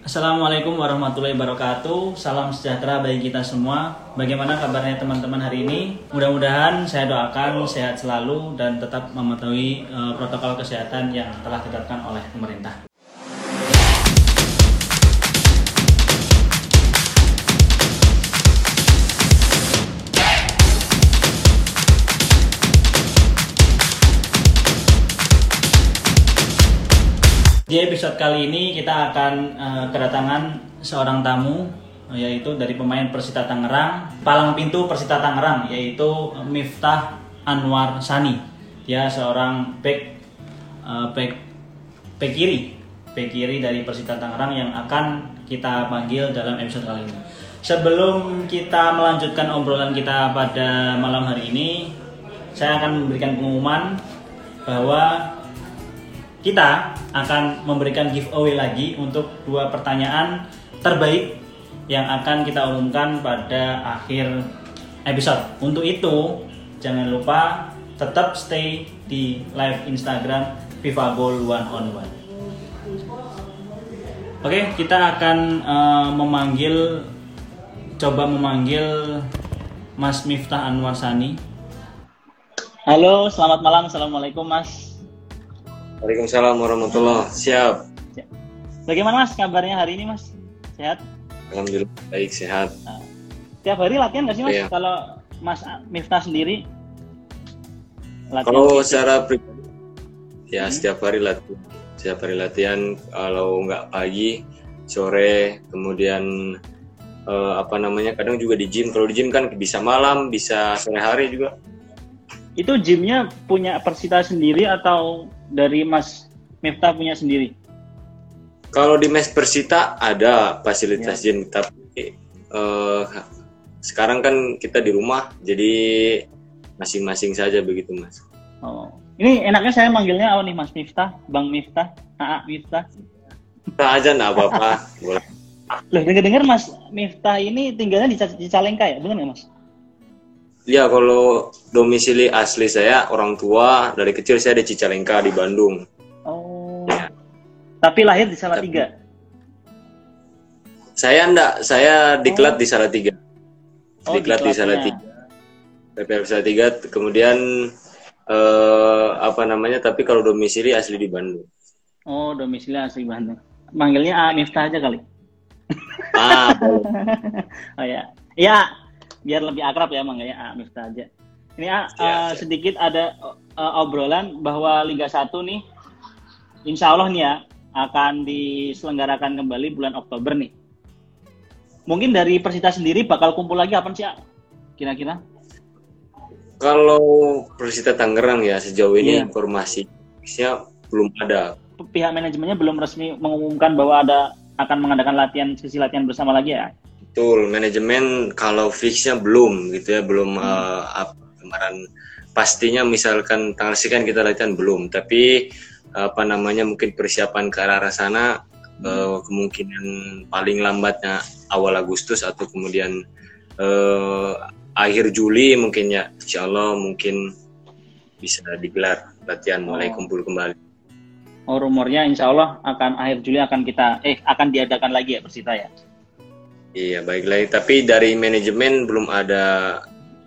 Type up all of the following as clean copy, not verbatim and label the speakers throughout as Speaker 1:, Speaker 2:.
Speaker 1: Assalamualaikum warahmatullahi wabarakatuh. Salam sejahtera bagi kita semua. Bagaimana kabarnya teman-teman hari ini? Mudah-mudahan saya doakan sehat selalu dan tetap mematuhi protokol kesehatan yang telah ditetapkan oleh pemerintah. Di episode kali ini kita akan kedatangan seorang tamu, yaitu dari pemain Persita Tangerang, palang pintu Persita Tangerang, yaitu Miftah Anwar Sani. Dia seorang back kiri dari Persita Tangerang yang akan kita panggil dalam episode kali ini. Sebelum kita melanjutkan obrolan kita pada malam hari ini, saya akan memberikan pengumuman bahwa kita akan memberikan giveaway lagi untuk 2 pertanyaan terbaik yang akan kita umumkan pada akhir episode. Untuk itu, jangan lupa tetap stay di live Instagram Vivagol 1on1. Oke, kita akan coba memanggil Mas Miftah Anwar Sani. Halo, selamat malam. Assalamualaikum, Mas.
Speaker 2: Waalaikumsalam warahmatullahi. Siap.
Speaker 1: Bagaimana Mas kabarnya hari ini, Mas? Sehat?
Speaker 2: Alhamdulillah baik, sehat.
Speaker 1: Tiap hari latihan nggak sih, Mas?
Speaker 2: Iya.
Speaker 1: Kalau Mas Miftah sendiri latihan?
Speaker 2: Kalau secara pribadi ya setiap hari latihan. Setiap hari latihan, kalau nggak pagi, sore, kemudian kadang juga di gym. Kalau di gym kan bisa malam, bisa sore hari juga.
Speaker 1: Itu gymnya punya Persita sendiri atau dari Mas Miftah punya sendiri?
Speaker 2: Kalau di mes Persita ada fasilitas gym, tapi sekarang kan kita di rumah, jadi masing-masing saja begitu, Mas.
Speaker 1: Oh, ini enaknya saya manggilnya apa nih, Mas Miftah, Bang Miftah, AA Miftah?
Speaker 2: Kita aja nggak apa-apa, boleh.
Speaker 1: Loh, dengar-dengar Mas Miftah ini tinggalnya di Cicalengka ya, benar nggak, Mas?
Speaker 2: Ya, kalau domisili asli saya, orang tua dari kecil saya di Cicalengka di Bandung.
Speaker 1: Oh.
Speaker 2: Ya.
Speaker 1: Tapi lahir di Salatiga.
Speaker 2: Saya enggak, saya diklat di Salatiga.
Speaker 1: Oh,
Speaker 2: Diklat di Salatiga. PPR Salatiga, kemudian tapi kalau domisili asli di Bandung.
Speaker 1: Oh, domisili asli Bandung. Manggilnya AA Miftah aja kali.
Speaker 2: Boleh.
Speaker 1: Oh ya. Ya, biar lebih akrab ya manggilnya AA Miftah aja. Ini sedikit ada obrolan bahwa Liga 1 nih insya Allah nih ya akan diselenggarakan kembali bulan Oktober nih. Mungkin dari Persita sendiri bakal kumpul lagi kapan sih, kira-kira?
Speaker 2: Kalau Persita Tangerang ya sejauh ini informasinya belum ada.
Speaker 1: Pihak manajemennya belum resmi mengumumkan bahwa akan mengadakan sesi latihan bersama lagi ya?
Speaker 2: Betul, manajemen kalau fixnya belum gitu ya, belum kemarin pastinya misalkan tanggal sekian kita latihan belum, tapi mungkin persiapan ke arah sana kemungkinan paling lambatnya awal Agustus atau kemudian akhir Juli mungkin ya, insya Allah mungkin bisa digelar latihan mulai kumpul kembali.
Speaker 1: Oh, rumornya insya Allah akan akhir Juli akan diadakan lagi ya Persita ya?
Speaker 2: Iya, baiklah. Tapi dari manajemen belum ada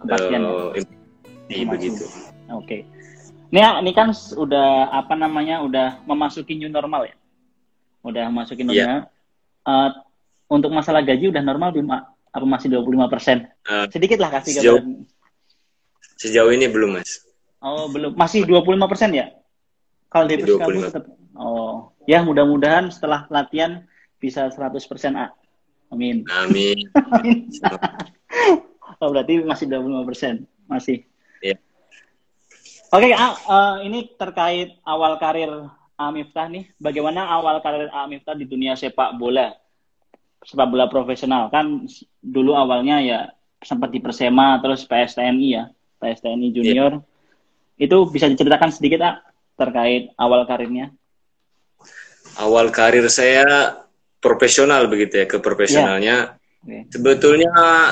Speaker 2: begitu.
Speaker 1: Oke. Ini kan udah udah memasuki new normal ya? Udah memasuki new normal. Untuk masalah gaji udah normal belum? Apa masih 25%? Sedikit lah kasih gambaran.
Speaker 2: Sejauh ini belum, Mas.
Speaker 1: Oh, belum. Masih 25% ya? Kalau di Persikabo tetap. Oh, ya mudah-mudahan setelah latihan bisa 100% A. Amin.
Speaker 2: Amin.
Speaker 1: Oh, berarti masih 25%. Masih.
Speaker 2: Iya.
Speaker 1: Oke, ini terkait awal karir A Miftah nih. Bagaimana awal karir A Miftah di dunia sepak bola profesional? Kan dulu awalnya ya sempat di Persema, terus PSTNI ya, PSTNI Junior. Itu bisa diceritakan sedikit, terkait awal karirnya?
Speaker 2: Awal karir saya profesional begitu ya, ke profesionalnya. Sebetulnya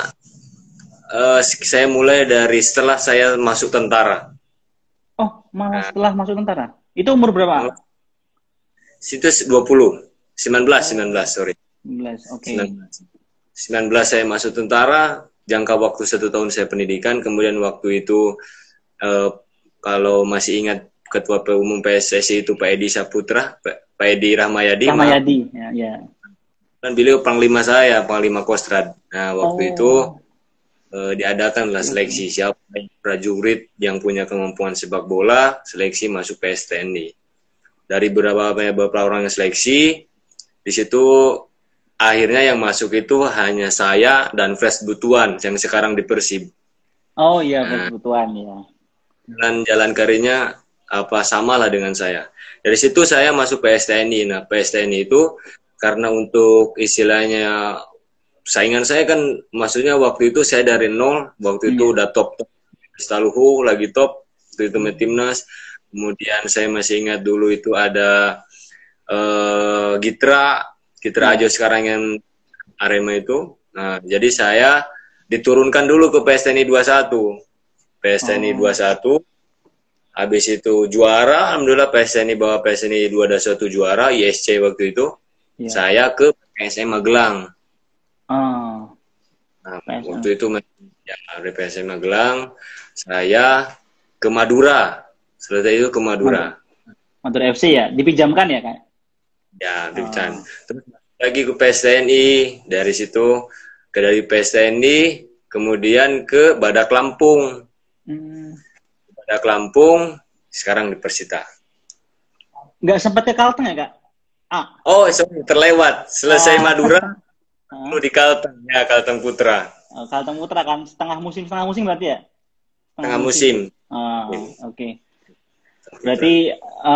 Speaker 2: saya mulai dari setelah saya masuk tentara.
Speaker 1: Oh, malah setelah masuk tentara. Itu umur berapa?
Speaker 2: Situ 19, sorry.
Speaker 1: 19, oke.
Speaker 2: 19 saya masuk tentara, jangka waktu 1 tahun saya pendidikan, kemudian waktu itu kalau masih ingat Ketua Umum PSSI itu Pak Edi Saputra, Pak Edi Rahmayadi.
Speaker 1: Rahmayadi, ya.
Speaker 2: Dan beliau panglima saya, Panglima Kostrad. Nah, waktu itu diadakanlah seleksi siapa prajurit yang punya kemampuan sepak bola, seleksi masuk PSTNI. Dari beberapa orang yang seleksi, di situ akhirnya yang masuk itu hanya saya dan Fresh Butuan yang sekarang di Persib.
Speaker 1: Oh iya, Fresh Butuan ya.
Speaker 2: Dan jalan karirnya samalah dengan saya. Dari situ saya masuk PSTNI. Nah, PSTNI itu karena untuk istilahnya saingan saya kan, maksudnya waktu itu saya dari nol, waktu itu udah top Staluhu lagi top, waktu itu timnas. Kemudian saya masih ingat dulu itu ada Gitra Ajo sekarang yang Arema itu. Nah, jadi saya diturunkan dulu ke PSTNI 21. PSTNI 21. Habis itu juara, alhamdulillah PSTNI bawa PSTNI 21 juara, ISC waktu itu. Yeah. Saya ke PSM Magelang. Nah, waktu itu dari PSM Magelang, saya ke Madura. Setelah itu ke Madura.
Speaker 1: Madura FC ya, dipinjamkan ya Kak?
Speaker 2: Ya, dipinjam. Terus lagi ke PSTNI, dari situ dari PSTNI, kemudian ke Badak Lampung. Badak Lampung, sekarang di Persita.
Speaker 1: Nggak sempat ke Kalteng ya Kak?
Speaker 2: Oh, sorry, terlewat. Selesai Madura, lalu di Kalteng, ya Kalteng Putra.
Speaker 1: Kalteng Putra kan, setengah musim berarti ya?
Speaker 2: Setengah musim.
Speaker 1: Oke. Berarti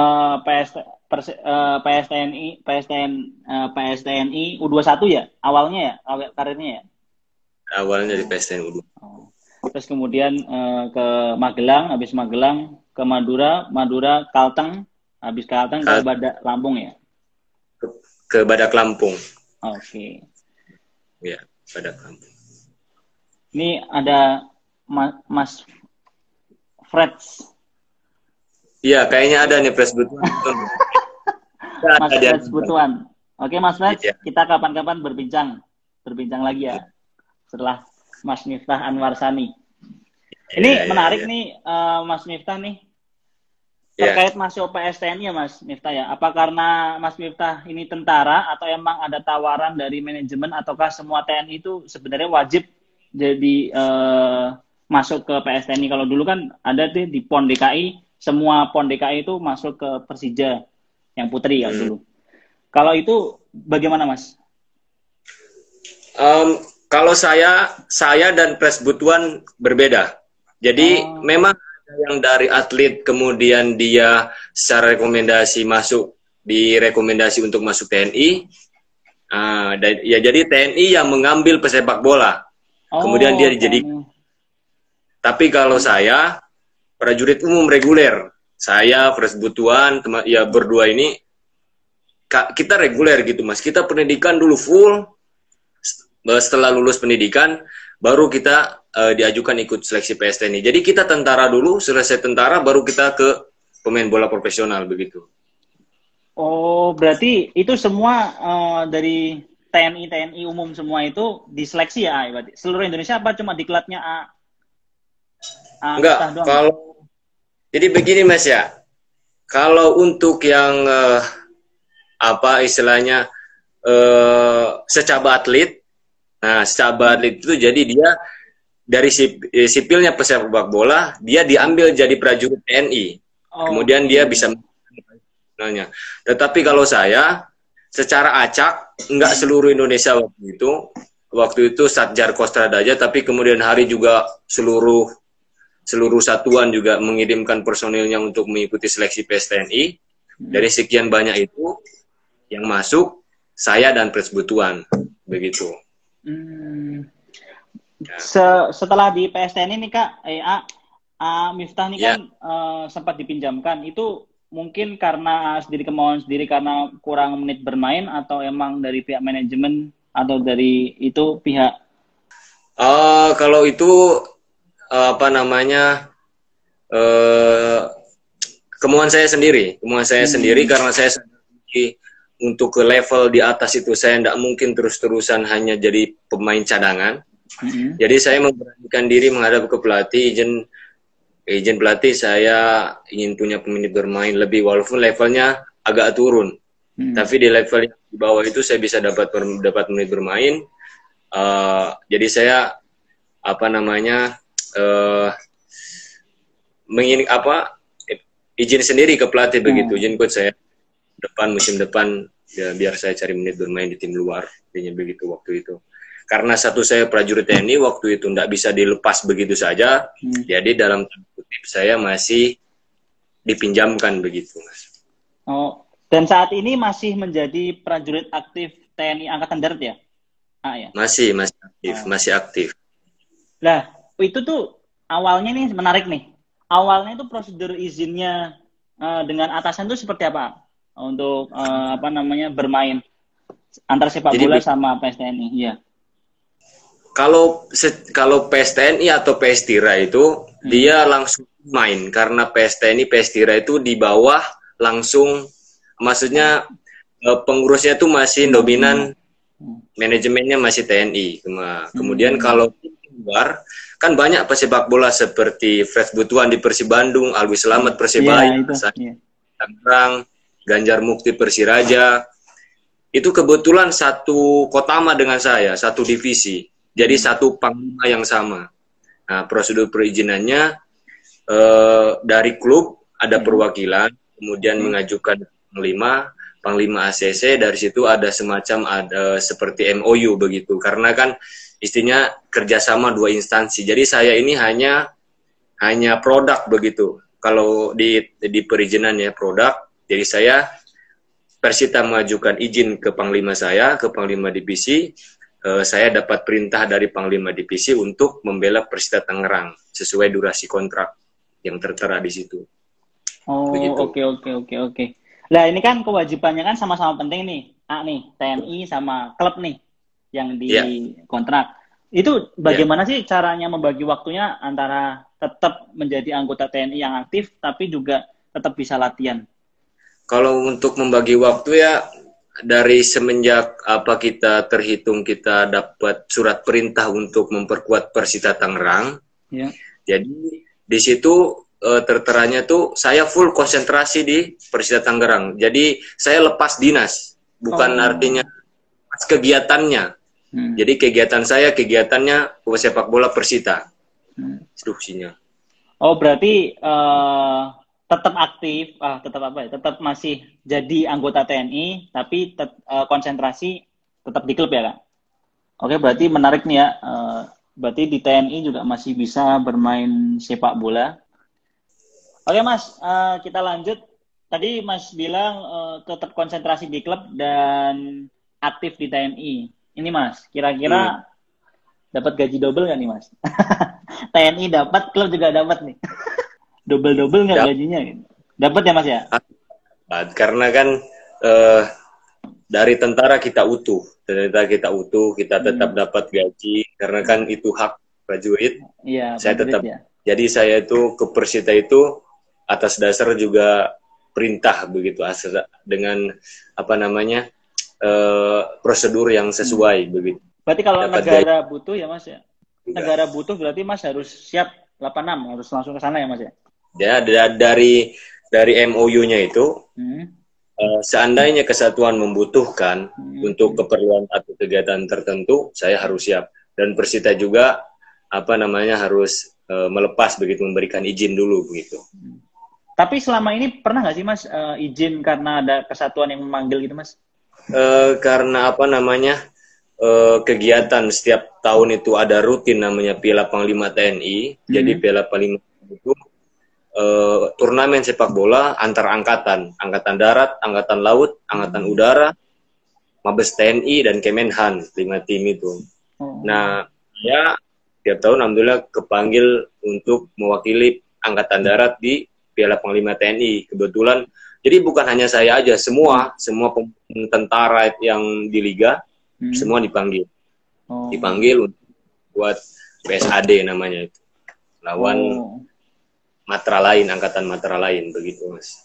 Speaker 1: PSTNI U21 ya awalnya ya, karirnya ya?
Speaker 2: Awalnya di PSTNI U21.
Speaker 1: Terus kemudian ke Magelang, habis Magelang ke Madura, Kalteng, habis Kalteng ke Badak Lampung ya?
Speaker 2: Ke Badak Lampung.
Speaker 1: Oke.
Speaker 2: Ya, Badak Lampung.
Speaker 1: Ini ada Mas Freds.
Speaker 2: Iya, kayaknya ada nih Fresh Butuan.
Speaker 1: Mas Freds Butuan. Oke, Mas Freds, kita kapan-kapan berbincang lagi ya setelah Mas Miftah Anwarsani. Ini menarik nih, Mas Miftah nih. Terkait masuk PSTNI ya Mas Miftah ya. Apa karena Mas Miftah ini tentara atau emang ada tawaran dari manajemen, ataukah semua TNI itu sebenarnya wajib jadi masuk ke PSTNI? Kalau dulu kan ada tuh di PON DKI, semua PON DKI itu masuk ke Persija yang putri ya dulu. Kalau itu bagaimana Mas?
Speaker 2: Kalau saya dan Fresh Butuan berbeda. Jadi memang yang dari atlet kemudian dia secara rekomendasi masuk, direkomendasi untuk masuk TNI. Jadi TNI yang mengambil pesepak bola. Kemudian dia dijadikan. Tapi kalau saya prajurit umum reguler, saya Fresh Butuan, ya berdua ini kita reguler gitu Mas. Kita pendidikan dulu full. Setelah lulus pendidikan baru kita diajukan ikut seleksi PSTNI. Jadi kita tentara dulu, selesai tentara baru kita ke pemain bola profesional begitu.
Speaker 1: Oh, berarti itu semua dari TNI umum semua itu diseleksi ya, berarti seluruh Indonesia apa cuma diklatnya A?
Speaker 2: Enggak, kalau jadi begini Mas ya. Kalau untuk yang istilahnya secaba atlet. Nah, secaba atlet itu jadi dia dari sipilnya pesepak bola, dia diambil jadi prajurit TNI. Kemudian dia bisa mengenalnya. Tetapi kalau saya secara acak, enggak seluruh Indonesia waktu itu Satjar Kostrad aja, tapi kemudian hari juga seluruh satuan juga mengirimkan personilnya untuk mengikuti seleksi PSTNI. Dari sekian banyak itu yang masuk, saya dan Fresh Butuan begitu.
Speaker 1: Setelah di PSTNI nih Kak, Miftah nih kan sempat dipinjamkan. Itu mungkin karena kemauan sendiri karena kurang menit bermain, atau emang dari pihak manajemen, atau dari itu pihak?
Speaker 2: Kalau itu kemauan saya sendiri karena saya untuk ke level di atas itu saya tidak mungkin terus-terusan hanya jadi pemain cadangan. Jadi saya memberanikan diri menghadap ke pelatih, izin pelatih, saya ingin punya menit bermain lebih walaupun levelnya agak turun. Tapi di level yang di bawah itu saya bisa dapat menit bermain. Jadi saya izin sendiri ke pelatih begitu, izin coach saya musim depan ya, biar saya cari menit bermain di tim luar, begitu waktu itu. Karena satu saya prajurit TNI waktu itu tidak bisa dilepas begitu saja, jadi dalam tanda kutip saya masih dipinjamkan begitu, Mas.
Speaker 1: Oh, dan saat ini masih menjadi prajurit aktif TNI Angkatan Darat ya? Ya?
Speaker 2: Masih aktif, masih aktif.
Speaker 1: Nah, itu tuh awalnya nih menarik nih. Awalnya itu prosedur izinnya dengan atasan itu seperti apa untuk bermain antara sepak bola sama PSTNI? Iya.
Speaker 2: Kalau PSTNI atau PS Tira itu dia langsung main karena PSTNI PS Tira itu di bawah langsung, maksudnya pengurusnya itu masih dominan, manajemennya masih TNI. Kemudian kalau di luar kan banyak pesepak bola seperti Fred Butuan di Persib Bandung, Alwi Selamat Persibaya, Tangerang, Ganjar Mukti Persiraja. Itu kebetulan satu kotama dengan saya, satu divisi. Jadi satu panglima yang sama. Nah, prosedur perizinannya dari klub ada perwakilan, kemudian mengajukan panglima ACC, dari situ ada semacam seperti MOU begitu. Karena kan istinya kerjasama dua instansi. Jadi saya ini hanya produk begitu. Kalau di perizinan ya produk. Jadi saya Persita mengajukan izin ke panglima saya, ke panglima divisi. Saya dapat perintah dari panglima divisi untuk membela Persita Tangerang sesuai durasi kontrak yang tertera di situ.
Speaker 1: Oh, oke. Nah, ini kan kewajibannya kan sama-sama penting nih. TNI sama klub nih yang di kontrak. Itu bagaimana sih caranya membagi waktunya antara tetap menjadi anggota TNI yang aktif tapi juga tetap bisa latihan?
Speaker 2: Kalau untuk membagi waktu ya dari semenjak kita dapat surat perintah untuk memperkuat Persita Tangerang. Ya. Jadi di situ terteranya tuh saya full konsentrasi di Persita Tangerang. Jadi saya lepas dinas, bukan artinya pas kegiatannya. Jadi kegiatannya sepak bola Persita. Instruksinya.
Speaker 1: Oh, berarti tetap aktif, tetap masih jadi anggota TNI, tapi konsentrasi tetap di klub ya, Kak? Oke, berarti menarik nih ya. Berarti di TNI juga masih bisa bermain sepak bola. Oke, Mas, kita lanjut. Tadi Mas bilang tetap konsentrasi di klub dan aktif di TNI. Ini Mas, kira-kira dapat gaji double nggak nih, Mas? TNI dapat, klub juga dapat nih. Double nggak gajinya? Gitu. Dapat ya, Mas ya?
Speaker 2: Karena kan dari tentara kita utuh, kita tetap dapat gaji karena kan itu hak prajurit. Iya. Saya tetap. Ya. Jadi saya itu ke Persita itu atas dasar juga perintah begitu, dengan prosedur yang sesuai begitu.
Speaker 1: Berarti kalau negara butuh ya, Mas ya? Negara butuh berarti Mas harus siap 86, harus langsung ke sana ya, Mas ya?
Speaker 2: Ya, dari MOU-nya itu, seandainya kesatuan membutuhkan untuk keperluan atau kegiatan tertentu, saya harus siap. Dan Persita juga harus melepas begitu, memberikan izin dulu begitu.
Speaker 1: Tapi selama ini pernah nggak sih, Mas, izin karena ada kesatuan yang memanggil gitu, Mas?
Speaker 2: Karena kegiatan setiap tahun itu ada rutin namanya Piala Panglima TNI. Jadi Piala Panglima itu turnamen sepak bola antar angkatan darat, angkatan laut, angkatan udara, Mabes TNI dan Kemenhan, 5 tim itu. Nah, ya tiap tahun alhamdulillah kepanggil untuk mewakili angkatan darat di Piala Panglima TNI. Kebetulan, jadi bukan hanya saya aja, semua tentara yang di liga semua dipanggil. Dipanggil untuk buat PSAD namanya itu. Lawan Matra lain, angkatan Matra lain begitu, Mas.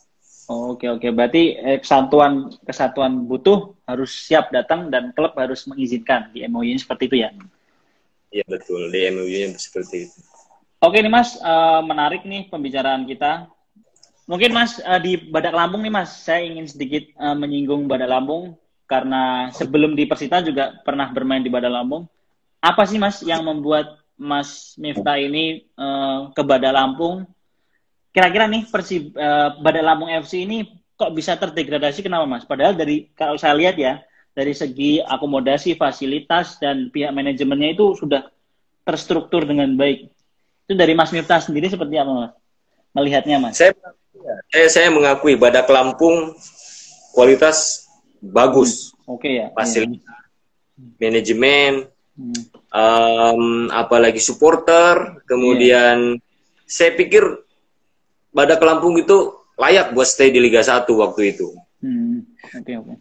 Speaker 1: Oke, oke. Berarti kesatuan butuh harus siap datang dan klub harus mengizinkan di MOU-nya seperti itu ya.
Speaker 2: Iya betul, di MOU-nya seperti itu.
Speaker 1: Oke nih Mas, menarik nih pembicaraan kita. Mungkin Mas di Badak Lampung nih Mas, saya ingin sedikit menyinggung Badak Lampung karena sebelum di Persita juga pernah bermain di Badak Lampung. Apa sih Mas yang membuat Mas Miftah ini ke Badak Lampung? Kira-kira nih Badak Lampung FC ini kok bisa terdegradasi kenapa Mas? Padahal dari kalau saya lihat ya dari segi akomodasi, fasilitas dan pihak manajemennya itu sudah terstruktur dengan baik. Itu dari Mas Miftah sendiri seperti apa Mas? Melihatnya Mas?
Speaker 2: Saya mengakui Badak Lampung kualitas bagus.
Speaker 1: Oke ya.
Speaker 2: Fasilitas, manajemen, apalagi supporter, kemudian saya pikir Badak Lampung itu layak buat stay di Liga 1 waktu itu.
Speaker 1: Oke.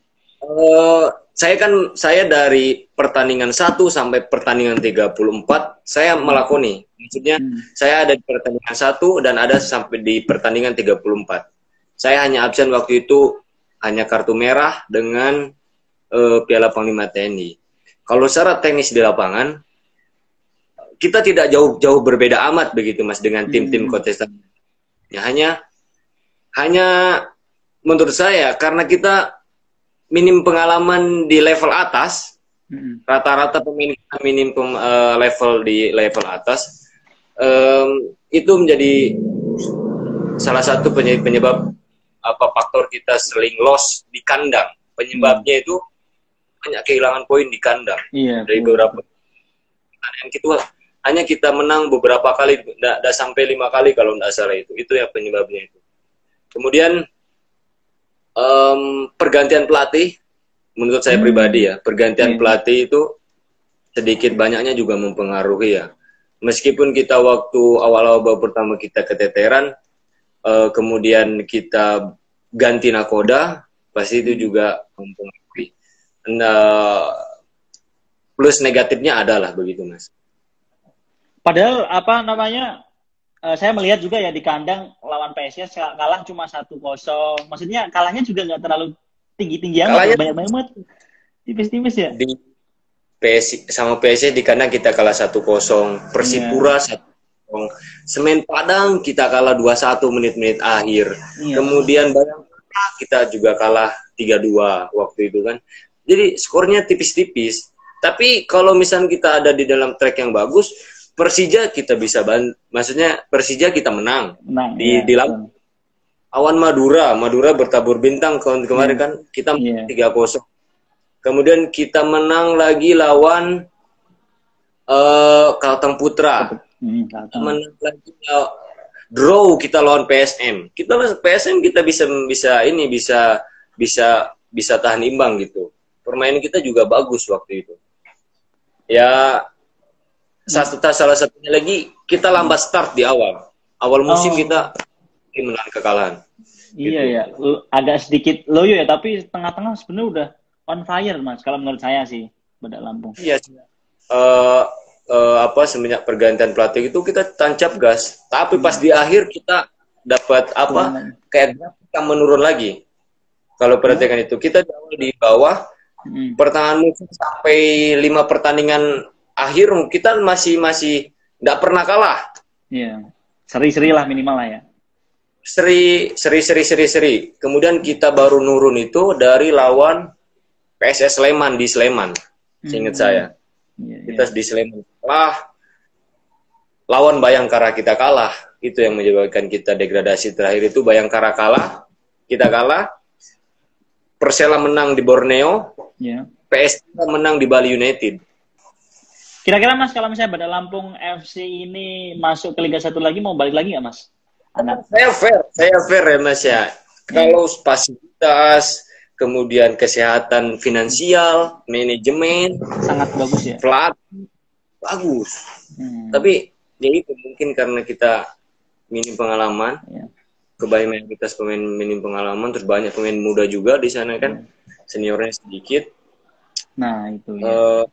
Speaker 2: Saya dari pertandingan 1 sampai pertandingan 34 saya melakoni. Maksudnya saya ada di pertandingan 1 dan ada sampai di pertandingan 34. Saya hanya absen waktu itu hanya kartu merah dengan Piala Panglima TNI. Kalau secara teknis di lapangan kita tidak jauh berbeda amat begitu Mas dengan tim-tim kontestan. Ya, hanya menurut saya karena kita minim pengalaman di level atas, rata-rata pemain kita minim level di level atas, itu menjadi salah satu penyebab faktor kita sering loss di kandang. Penyebabnya itu banyak kehilangan poin di kandang dari beberapa pertandingan kita. Hanya kita menang beberapa kali, tidak sampai 5 kali kalau tidak salah itu ya penyebabnya itu. Kemudian pergantian pelatih, menurut saya pribadi ya, pergantian pelatih itu sedikit banyaknya juga mempengaruhi ya. Meskipun kita waktu awal-awal pertama kita keteteran, kemudian kita ganti nakoda, pasti itu juga mempengaruhi. Nah, plus negatifnya adalah begitu Mas.
Speaker 1: Padahal saya melihat juga ya di kandang lawan PSIS kalah cuma 1-0. Maksudnya kalahnya juga nggak terlalu tinggi-tinggi amat, banyak banget. Tipis-tipis ya.
Speaker 2: Di sama PSIS di kandang kita kalah 1-0, Persipura 1-0. Semen Padang kita kalah 2-1 menit-menit akhir. Kemudian Bayangkara kita juga kalah 3-2 waktu itu kan. Jadi skornya tipis-tipis. Tapi kalau misalnya kita ada di dalam track yang bagus, Persija kita bisa maksudnya Persija kita menang di lawan Awan Madura bertabur bintang kemarin kan kita menang 3-0. Kemudian kita menang lagi lawan Kalteng Putra. Menang lagi draw kita lawan PSM. PSM kita bisa tahan imbang gitu. Permainan kita juga bagus waktu itu. Ya salah satunya lagi kita lambat start di awal musim kita menahan kekalahan.
Speaker 1: Iya gitu. Ya, agak sedikit loyo ya, tapi tengah-tengah sebenarnya udah on fire Mas. Kalau menurut saya sih Badak Lampung. Iya.
Speaker 2: Semenjak pergantian pelatih itu kita tancap gas, tapi pas di akhir kita dapat kayak kita menurun lagi. Kalau perhatikan itu kita di bawah pertengahan musim sampai 5 pertandingan akhir kita masih tidak pernah kalah.
Speaker 1: Iya. Seri-seri lah minimal lah ya.
Speaker 2: Seri. Kemudian kita baru nurun itu dari lawan PSS Sleman di Sleman. Seingat saya. Kita di Sleman kalah. Lawan Bayangkara kita kalah. Itu yang menyebabkan kita degradasi terakhir itu Bayangkara kalah. Kita kalah. Persela menang di Borneo. PS menang di Bali United.
Speaker 1: Kira-kira Mas, kalau misalnya Badak Lampung FC ini masuk ke Liga 1 lagi, mau balik lagi nggak Mas? Saya fair ya Mas ya.
Speaker 2: Kalau fasilitas, kemudian kesehatan finansial, manajemen,
Speaker 1: sangat bagus ya.
Speaker 2: Pelatih, bagus. Tapi ya itu mungkin karena kita minim pengalaman, kebanyakan kita pemain minim pengalaman, terus banyak pemain muda juga di sana kan, seniornya sedikit.
Speaker 1: Nah itu ya.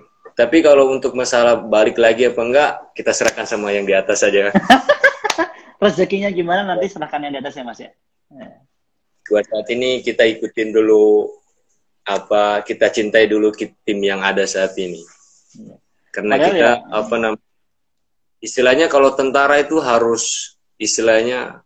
Speaker 2: Tapi kalau untuk masalah balik lagi apa enggak, kita serahkan sama yang di atas saja.
Speaker 1: rezekinya gimana nanti serahkan yang di atas ya Mas ya.
Speaker 2: Buat saat ini kita ikutin dulu apa, kita cintai dulu tim yang ada saat ini. Karena
Speaker 1: Padahal
Speaker 2: kita
Speaker 1: ya,
Speaker 2: apa namanya, istilahnya kalau tentara itu harus istilahnya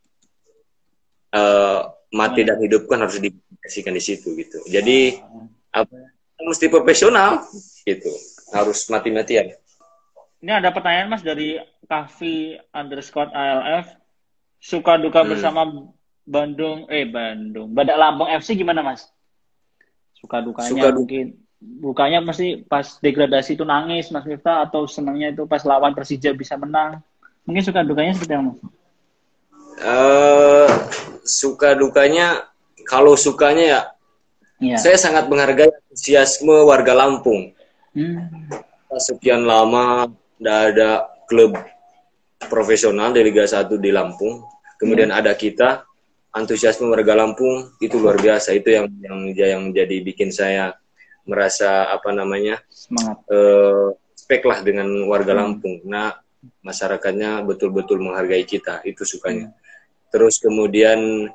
Speaker 2: mati dan hidup kan harus dikasihkan di situ gitu. Jadi apa, mesti profesional gitu, harus mati-matian.
Speaker 1: ini ada pertanyaan Mas dari Kahvi_ALF. Suka duka bersama Bandung, Badak Lampung FC gimana Mas? Suka dukanya mungkin. Bukanya mesti pas degradasi itu nangis Mas Miftah, atau senangnya itu pas lawan Persija bisa menang. Mungkin suka dukanya seperti apa Mas?
Speaker 2: Suka dukanya, kalau sukanya ya, saya sangat menghargai antusiasme warga Lampung. Sekian lama tidak ada klub profesional di Liga 1 di Lampung, kemudian ada kita, antusiasme warga Lampung itu luar biasa. Itu yang jadi bikin saya merasa apa namanya,
Speaker 1: semangat,
Speaker 2: respect lah dengan warga Lampung. Nah, masyarakatnya betul-betul menghargai kita, itu sukanya. Terus kemudian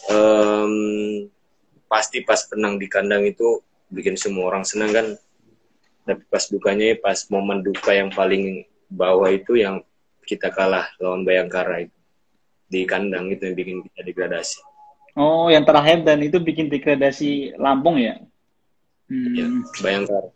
Speaker 2: pasti pas menang di kandang itu bikin semua orang senang kan. Tapi pas dukanya, pas momen duka yang paling bawah itu yang kita kalah lawan Bayangkara itu di kandang, itu yang bikin kita degradasi.
Speaker 1: Oh, yang terakhir dan itu bikin degradasi Lampung ya?
Speaker 2: Ya, Bayangkara.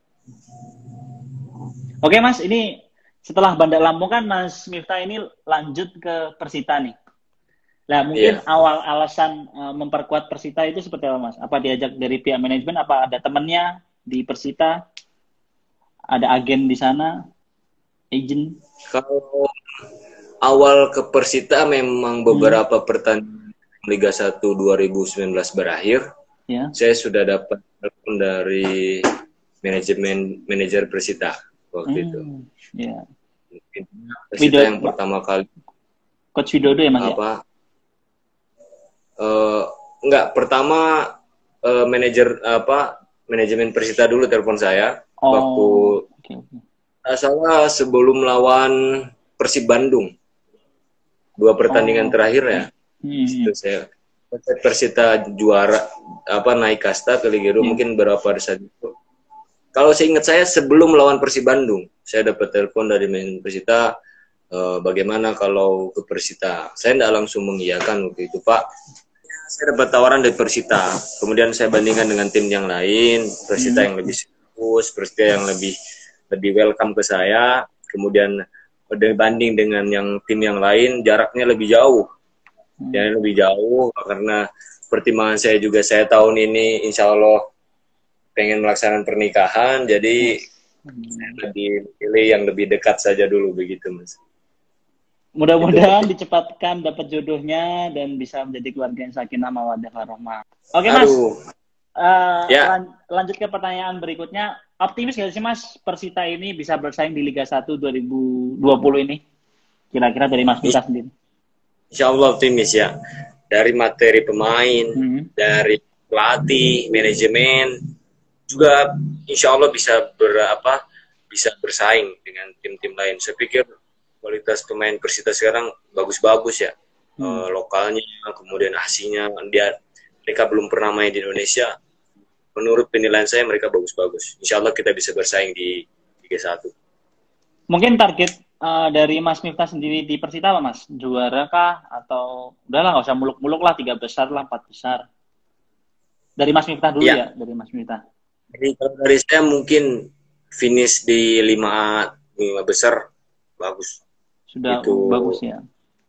Speaker 1: Oke Mas, ini setelah Badak Lampung kan Mas Miftah ini lanjut ke Persita nih. Nah, mungkin awal alasan memperkuat Persita itu seperti apa Mas? Apa diajak dari pihak manajemen? Apa ada temennya di Persita? Ada agen di sana? Agent?
Speaker 2: Kalau awal ke Persita memang beberapa pertandingan Liga 1 2019 berakhir.
Speaker 1: Ya.
Speaker 2: Saya sudah dapat telepon dari manajer Persita waktu itu.
Speaker 1: Ya.
Speaker 2: Persita yang pertama kali.
Speaker 1: Coach Widodo ya Mas?
Speaker 2: Apa? Enggak, pertama manajemen Persita dulu telepon saya waktu salah sebelum lawan Persib Bandung, 2 pertandingan terakhir ya. Itu saya Persita juara naik kasta ke Liga 2 mungkin berapa hari saat itu. Kalau saya ingat, saya sebelum lawan Persib Bandung saya dapat telepon dari manajemen Persita, bagaimana kalau ke Persita. Saya tidak langsung mengiyakan waktu itu, Pak. Saya dapat tawaran dari Persita, kemudian saya bandingkan dengan tim yang lain, Persita yang lebih serius, Persita yang lebih welcome ke saya, kemudian dibanding dengan tim yang lain jaraknya lebih jauh, karena pertimbangan saya juga, saya tahun ini insya Allah pengen melaksanakan pernikahan, jadi saya lebih pilih yang lebih dekat saja dulu begitu Mas.
Speaker 1: Mudah-mudahan dicepatkan dapat jodohnya dan bisa menjadi keluarga yang sakinah mawaddah warahmah. Oke Mas, lanjut ke pertanyaan berikutnya. Optimis nggak sih Mas Persita ini bisa bersaing di Liga 1 2020 ini? Kira-kira dari Mas Miftah sendiri?
Speaker 2: Insya Allah optimis ya. Dari materi pemain, dari pelatih, manajemen, juga insya Allah bisa bersaing dengan tim-tim lain. Saya pikir kualitas pemain Persita sekarang bagus-bagus ya, lokalnya, kemudian aslinya, mereka belum pernah main di Indonesia. Menurut penilaian saya mereka bagus-bagus. Insya Allah kita bisa bersaing di Liga 1.
Speaker 1: Mungkin target dari Mas Miftah sendiri di Persita apa Mas? Juara kah? Atau udahlah nggak usah muluk-muluk lah, 3 besar lah, 4 besar. Dari Mas Miftah dulu ya, dari Mas Miftah.
Speaker 2: Jadi kalau dari saya mungkin finish di 5 besar bagus.
Speaker 1: Sudah bagus ya.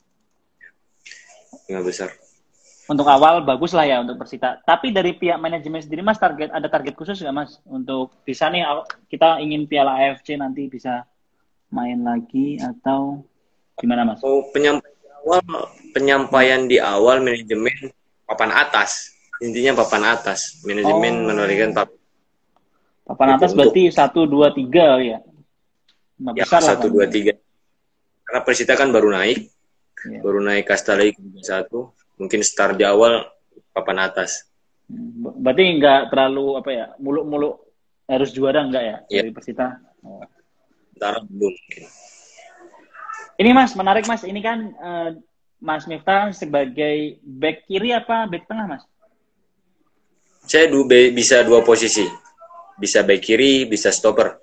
Speaker 2: 5 besar.
Speaker 1: Untuk awal bagus lah ya untuk Persita. Tapi dari pihak manajemen sendiri Mas, ada target khusus nggak Mas? Untuk bisa nih kita ingin Piala AFC nanti bisa main lagi atau gimana Mas?
Speaker 2: Penyampaian di awal manajemen papan atas. Intinya papan atas. Manajemen menarikkan
Speaker 1: papan atas berarti 1, 2, 3 ya.
Speaker 2: Besar 1, 2, 3. Karena Persita kan baru naik. Baru naik kasta lagi ke Liga 1. Mungkin start di awal papan atas.
Speaker 1: Berarti nggak terlalu muluk-muluk harus juara enggak ya dari Persita?
Speaker 2: Ntar belum.
Speaker 1: Ini Mas, menarik Mas. Ini kan Mas Miftah sebagai back kiri apa back tengah, Mas?
Speaker 2: Saya bisa dua posisi. Bisa back kiri, bisa stopper.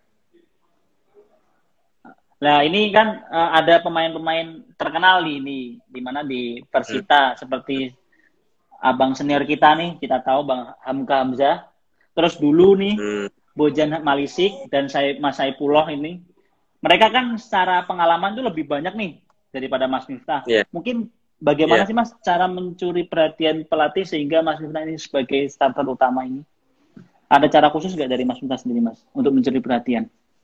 Speaker 1: Nah, ini kan ada pemain-pemain terkenal di mana di Persita seperti abang senior kita nih, kita tahu Bang Hamka Hamzah. Terus dulu nih Bojan Malisik dan Mas Saipullah ini. Mereka kan secara pengalaman tuh lebih banyak nih daripada Mas Miftah.
Speaker 2: Yeah.
Speaker 1: Mungkin bagaimana sih Mas cara mencuri perhatian pelatih sehingga Mas Miftah ini sebagai starter utama ini? Ada cara khusus nggak dari Mas Miftah sendiri, Mas, untuk mencuri perhatian?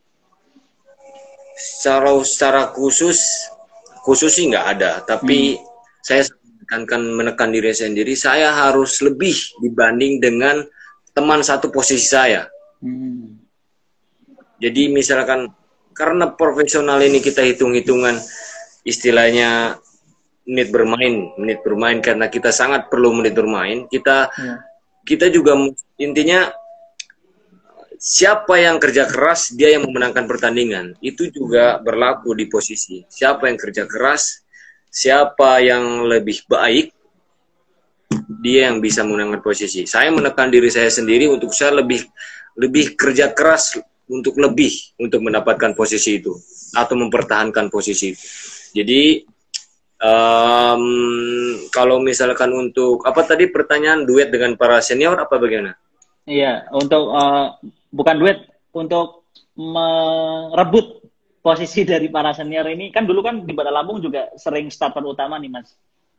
Speaker 2: Secara khusus sih nggak ada. Tapi saya menekan diri saya sendiri. Saya harus lebih dibanding dengan teman satu posisi saya. Jadi misalkan karena profesional ini kita hitung-hitungan istilahnya menit bermain karena kita sangat perlu menit bermain. Kita juga intinya siapa yang kerja keras dia yang memenangkan pertandingan. Itu juga berlaku di posisi. Siapa yang kerja keras, siapa yang lebih baik, dia yang bisa memenangkan posisi. Saya menekan diri saya sendiri untuk saya lebih kerja keras untuk mendapatkan posisi itu atau mempertahankan posisi itu. Jadi kalau misalkan untuk apa tadi pertanyaan duet dengan para senior apa bagaimana?
Speaker 1: Iya, untuk bukan duet, untuk merebut posisi dari para senior ini kan dulu kan di Bata Lampung juga sering starter utama nih Mas.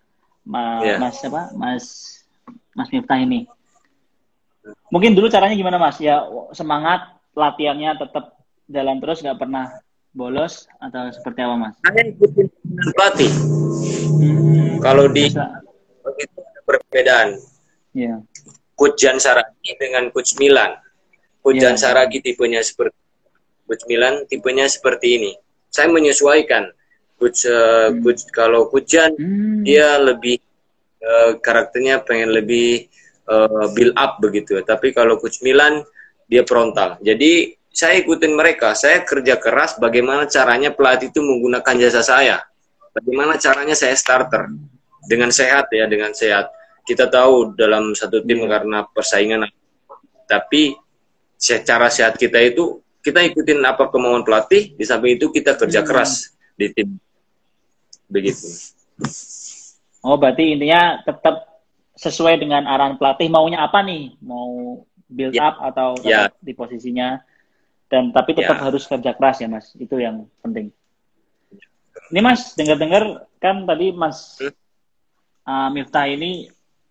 Speaker 1: Mas Miftah ini. Mungkin dulu caranya gimana Mas? Ya semangat latihannya tetap jalan terus, nggak pernah bolos atau seperti apa Mas?
Speaker 2: Saya ikutin pelatih. Kalau di itu ada perbedaan.
Speaker 1: Yeah.
Speaker 2: Coach Jan Saragi dengan Coach Milan. Coach Jan Saragi tipenya seperti Coach Milan, tipenya seperti ini. Saya menyesuaikan. Kalau Coach Jan dia lebih karakternya pengen lebih build up begitu. Tapi kalau Coach Milan dia frontal. Jadi saya ikutin mereka. Saya kerja keras bagaimana caranya pelatih itu menggunakan jasa saya. Bagaimana caranya saya starter dengan sehat ya, dengan sehat. Kita tahu dalam satu tim karena persaingan, tapi secara sehat kita itu kita ikutin apa kemauan pelatih, di samping itu kita kerja keras di tim. Begitu.
Speaker 1: Oh, berarti intinya tetap sesuai dengan arahan pelatih maunya apa nih? Mau build up atau tetap di posisinya, dan tapi tetap harus kerja keras ya Mas. Itu yang penting. Ini Mas, dengar-dengar kan tadi Mas Miftah ini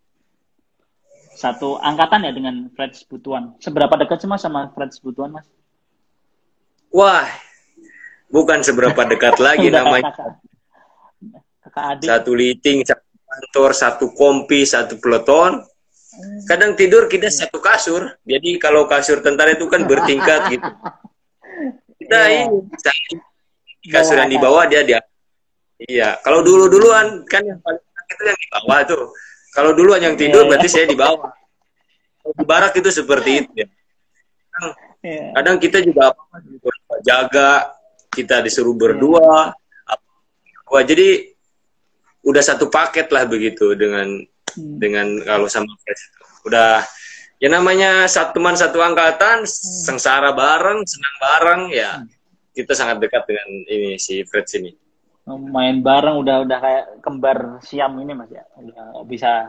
Speaker 1: satu angkatan ya dengan Fred Butuan. Seberapa dekat sih Mas sama Fred Butuan Mas?
Speaker 2: Wah, bukan seberapa dekat lagi namanya.
Speaker 1: Kakak adik.
Speaker 2: Satu liting, satu kantor, satu kompi, satu peloton. Kadang tidur kita satu kasur. Jadi kalau kasur tentara itu kan bertingkat gitu. Kita ini kasur yang di bawah dia. Iya, kalau duluan kan yang paling itu yang di bawah tuh. Kalau duluan yang tidur berarti saya di bawah. Di barak itu seperti itu ya. Kadang kita juga jaga, kita disuruh berdua. Jadi udah satu paket lah begitu dengan kalau sama Fred. Udah ya namanya teman satu angkatan, sengsara bareng, senang bareng ya. Kita sangat dekat dengan ini si Fred ini.
Speaker 1: Main bareng udah kayak kembar Siam ini Mas ya. Udah bisa.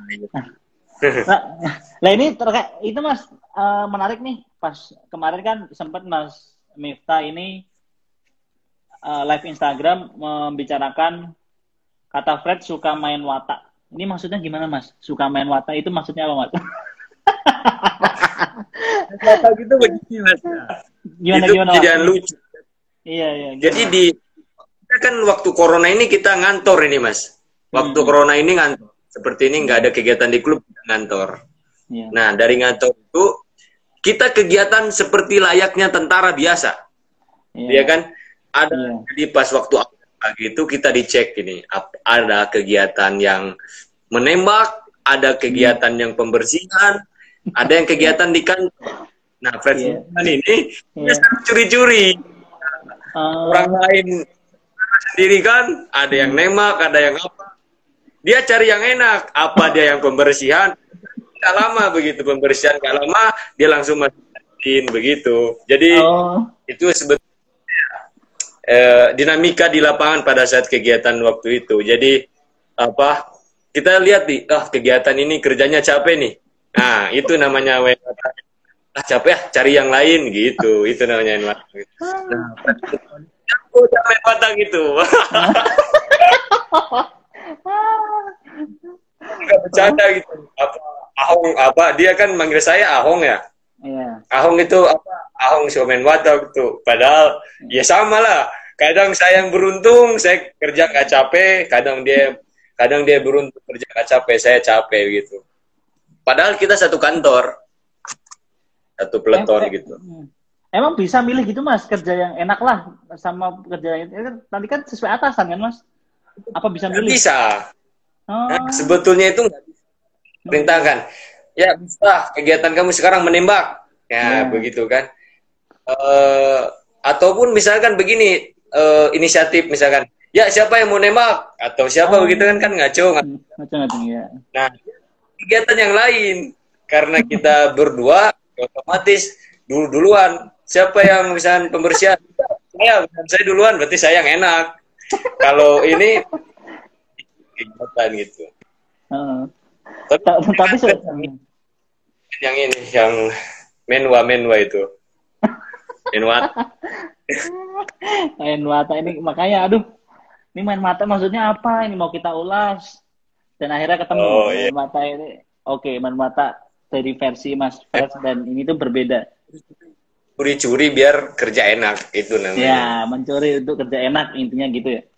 Speaker 1: Nah ini terkait itu Mas, menarik nih. Pas kemarin kan sempat Mas Miftah ini live Instagram membicarakan kata Fred suka main watak. Ini maksudnya gimana Mas? Suka main watak itu maksudnya apa Mas?
Speaker 2: Watak gitu begini Mas. Gimana? Kejadian lucu.
Speaker 1: Iya.
Speaker 2: Jadi kita kan waktu corona ini kita ngantor ini Mas. Waktu corona ini ngantor. Seperti ini nggak ada kegiatan di klub, ngantor. Nah dari ngantor itu kita kegiatan seperti layaknya tentara biasa. Iya kan? Ada di pas waktu pagi itu kita dicek ini ada kegiatan yang menembak, ada kegiatan yang pembersihan, ada yang kegiatan di kantor. Nah Fred ini dia curi-curi orang lain sendiri kan, ada yang nembak, ada yang apa. Dia cari yang enak, apa dia yang pembersihan. Gak lama begitu pembersihan, gak lama dia langsung masukin begitu. Jadi itu sebetulnya dinamika di lapangan pada saat kegiatan waktu itu. Jadi apa? Kita lihat nih, kegiatan ini kerjanya capek nih. Nah, itu namanya capek ya, cari yang lain gitu. Itu namanya nah, aku capek patah gitu. Enggak bercanda gitu. Ahong apa? Dia kan manggil saya Ahong ya.
Speaker 1: Iya.
Speaker 2: Ahong itu apa? Ahong Shomen Wata gitu. Padahal ya sama lah. Kadang saya yang beruntung, saya kerja nggak capek. Kadang dia beruntung kerja nggak capek, saya capek gitu. Padahal kita satu kantor, satu peleton gitu.
Speaker 1: Emang bisa milih gitu Mas, kerja yang enak lah sama kerja yang nanti kan sesuai atasan kan Mas? Apa bisa milih?
Speaker 2: Bisa. Nah, sebetulnya itu nggak bisa perintahkan. Ya bisa, kegiatan kamu sekarang menembak, ya begitu kan. Ataupun misalkan begini, inisiatif misalkan, ya siapa yang mau nembak atau siapa begitu kan ngaco
Speaker 1: ya.
Speaker 2: Nah, kegiatan yang lain karena kita berdua otomatis duluan. Siapa yang misalkan pembersihan? Saya duluan, berarti saya yang enak. Kalau ini kegiatan gitu.
Speaker 1: Tapi
Speaker 2: yang ini yang menwa itu.
Speaker 1: Menwata ini makanya ini main mata maksudnya apa? Ini mau kita ulas. Dan akhirnya ketemu main mata ini. Oke, main mata dari versi Mas Freds dan ini tuh berbeda.
Speaker 2: Curi-curi biar kerja enak itu namanya.
Speaker 1: Ya, mencuri untuk kerja enak intinya gitu ya.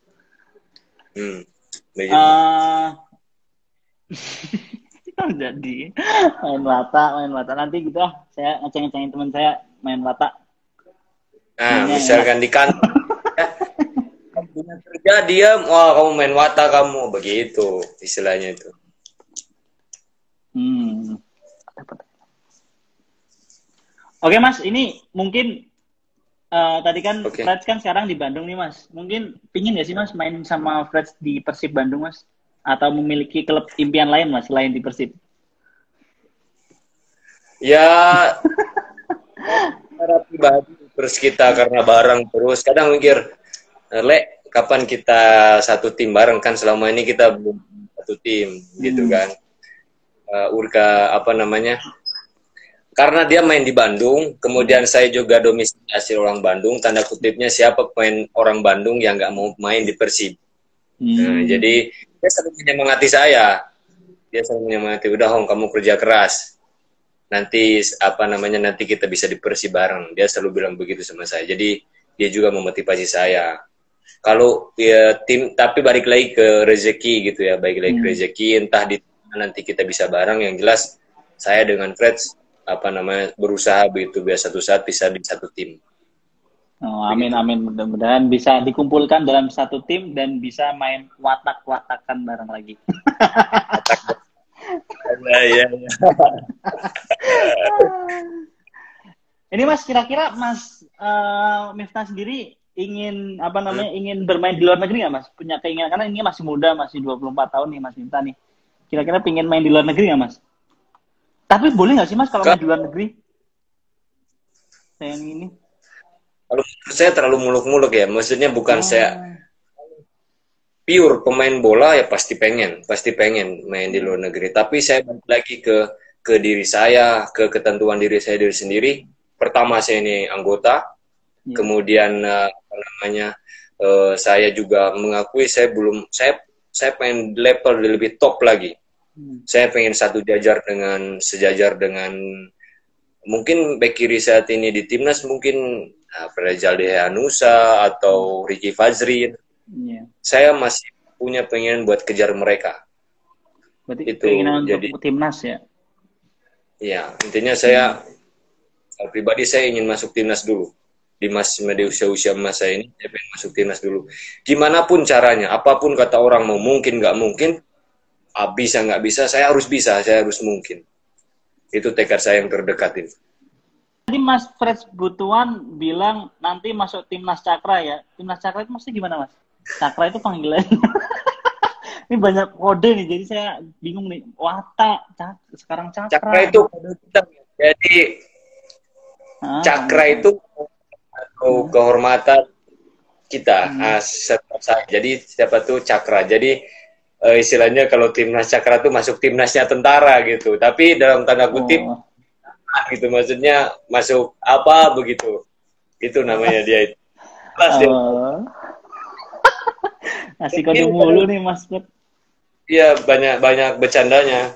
Speaker 1: Jadi main mata nanti gitu lah. Saya ngeceng-ngecengin teman saya main mata.
Speaker 2: Nah, misalkan di kantor kerja dia, kamu main wata kamu begitu istilahnya itu.
Speaker 1: Oke Mas, ini mungkin tadi kan Freds kan sekarang di Bandung nih Mas. Mungkin pingin nggak sih Mas main sama Freds di Persib Bandung Mas? Atau memiliki klub impian lain Mas selain di Persib?
Speaker 2: Ya, secara pribadi terus kita karena bareng terus kadang mikir, kapan kita satu tim bareng kan selama ini kita belum satu tim gitu kan. Urka apa namanya? Karena dia main di Bandung, kemudian saya juga domisili asli orang Bandung, tanda kutipnya siapa pemain orang Bandung yang nggak mau main di Persib. Nah, jadi dia selalu menyemangati saya. Dia selalu menyemangati, udah Hong kamu kerja keras. Nanti nanti kita bisa di Persib bareng. Dia selalu bilang begitu sama saya. Jadi dia juga memotivasi saya. Kalau ya tim, tapi balik lagi ke rezeki gitu ya, balik lagi ke rezeki, entah di nanti kita bisa bareng. Yang jelas saya dengan Freds berusaha begitu biar satu saat bisa di satu tim.
Speaker 1: Amin amin, mudah-mudahan bisa dikumpulkan dalam satu tim dan bisa main watak-watakan bareng lagi.
Speaker 2: Iya.
Speaker 1: Ini Mas, kira-kira Mas Miftah sendiri ingin ingin bermain di luar negeri nggak Mas? Punya keinginan, karena ini masih muda, masih 24 tahun nih Mas Miftah nih. Kira-kira pengen main di luar negeri nggak Mas? Tapi boleh nggak sih Mas kalau main di luar negeri? Sayang ini.
Speaker 2: Kalau saya terlalu muluk-muluk ya, maksudnya bukan saya pure pemain bola ya pasti pengen main di luar negeri. Tapi saya balik lagi ke diri saya, ke ketentuan diri saya diri sendiri. Pertama saya ini anggota, kemudian saya juga mengakui saya pengen level lebih top lagi. Saya pengen sejajar dengan mungkin bek kiri saat ini di timnas mungkin Frejal Dehanusa atau Ricky Fazrin. Saya masih punya pengen buat kejar mereka.
Speaker 1: Berarti itu keinginan untuk timnas ya?
Speaker 2: Iya, intinya saya pribadi saya ingin masuk timnas dulu. Di usia saya ini saya pengen masuk timnas dulu. Gimana pun caranya, apapun kata orang mau mungkin nggak mungkin, bisa nggak bisa, saya harus mungkin. Itu tekad saya yang terdekat ini.
Speaker 1: Tadi Mas Freds Butuan bilang nanti masuk timnas Cakra ya. Timnas Cakra itu maksudnya gimana Mas? Cakra itu panggilan. Ini banyak kode nih, jadi saya bingung nih. Wata, sekarang Cakra.
Speaker 2: Cakra itu kode kita. Jadi Cakra itu kehormatan kita. Jadi siapa tuh Cakra. Jadi istilahnya kalau timnas Cakra tuh masuk timnasnya tentara gitu. Tapi dalam tanda kutip gitu, maksudnya masuk apa begitu. Itu namanya dia itu.
Speaker 1: Ngasih kode mulu nih Mas Put.
Speaker 2: Iya, banyak bercandanya.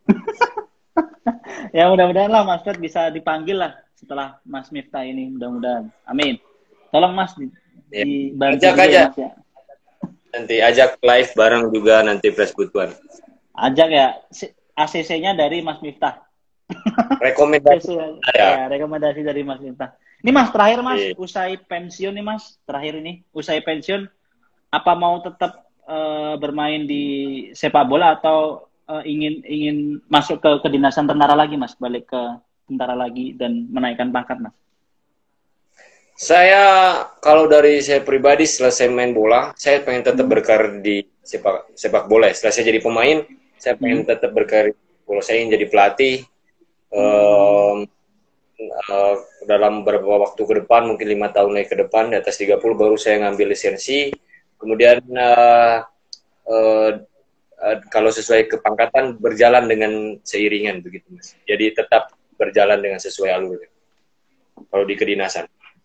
Speaker 1: Ya mudah-mudahan lah Mas Put bisa dipanggil lah setelah Mas Miftah ini, mudah-mudahan. Amin. Tolong Mas dibantu
Speaker 2: ajak aja.
Speaker 1: Mas, ya.
Speaker 2: Nanti ajak live bareng juga nanti Press Butuan.
Speaker 1: Ajak ya. ACC-nya dari Mas Miftah.
Speaker 2: Rekomendasi
Speaker 1: ya, rekomendasi dari Mas Miftah. Ini Mas terakhir Mas, usai pensiun nih Mas, terakhir ini usai pensiun apa mau tetap bermain di sepak bola atau ingin masuk ke kedinasan tentara lagi Mas, balik ke tentara lagi dan menaikkan pangkat Mas?
Speaker 2: Saya kalau dari saya pribadi selesai main bola, saya pengen tetap berkarir di sepak bola. Setelah saya jadi pemain, saya pengen tetap berkarir. Kalau saya ingin jadi pelatih dalam beberapa waktu ke depan, mungkin 5 tahun lagi ke depan, di atas 30 baru saya ngambil lisensi. Kemudian kalau sesuai kepangkatan berjalan dengan seiringan begitu Mas. Jadi tetap berjalan dengan sesuai alur. Kalau di kedinasan.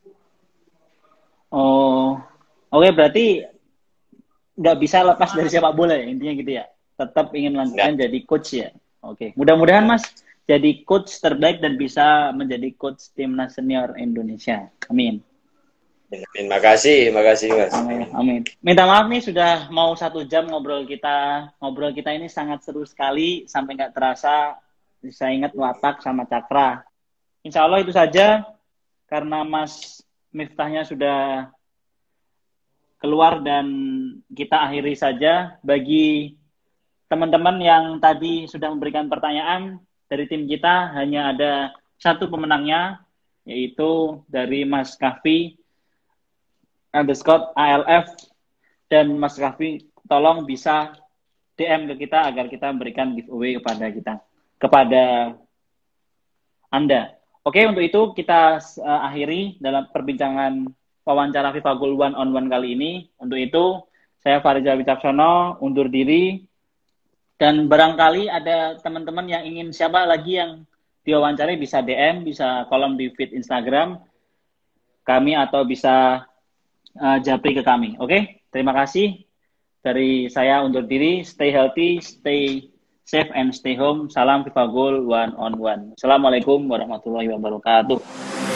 Speaker 1: Oh, oke, berarti nggak bisa lepas dari sepak bola ya intinya gitu ya. Tetap ingin lanjutkan jadi coach ya. Oke, mudah-mudahan Mas jadi coach terbaik dan bisa menjadi coach timnas senior Indonesia. Amin.
Speaker 2: Amin. Makasih Mas.
Speaker 1: Amin. Minta maaf nih sudah mau 1 jam ngobrol kita. Ngobrol kita ini sangat seru sekali sampai nggak terasa bisa ingat Watak sama Cakra. Insya Allah itu saja karena Mas Miftahnya sudah keluar dan kita akhiri saja. Bagi teman-teman yang tadi sudah memberikan pertanyaan dari tim kita hanya ada 1 pemenangnya yaitu dari Mas Kahfi _ALF dan Mas Kahfi tolong bisa DM ke kita agar kita memberikan giveaway kepada Anda. Oke, untuk itu kita akhiri dalam perbincangan wawancara FIFA Goal 1-on-1 kali ini. Untuk itu saya Farizal Wicaksono undur diri dan barangkali ada teman-teman yang ingin siapa lagi yang diwawancari bisa DM, bisa kolom di feed Instagram kami atau bisa japri ke kami. Oke, terima kasih. Dari saya undur diri. Stay healthy, stay safe, and stay home. Salam FIFA Goal 1-on-1. Assalamualaikum warahmatullahi wabarakatuh.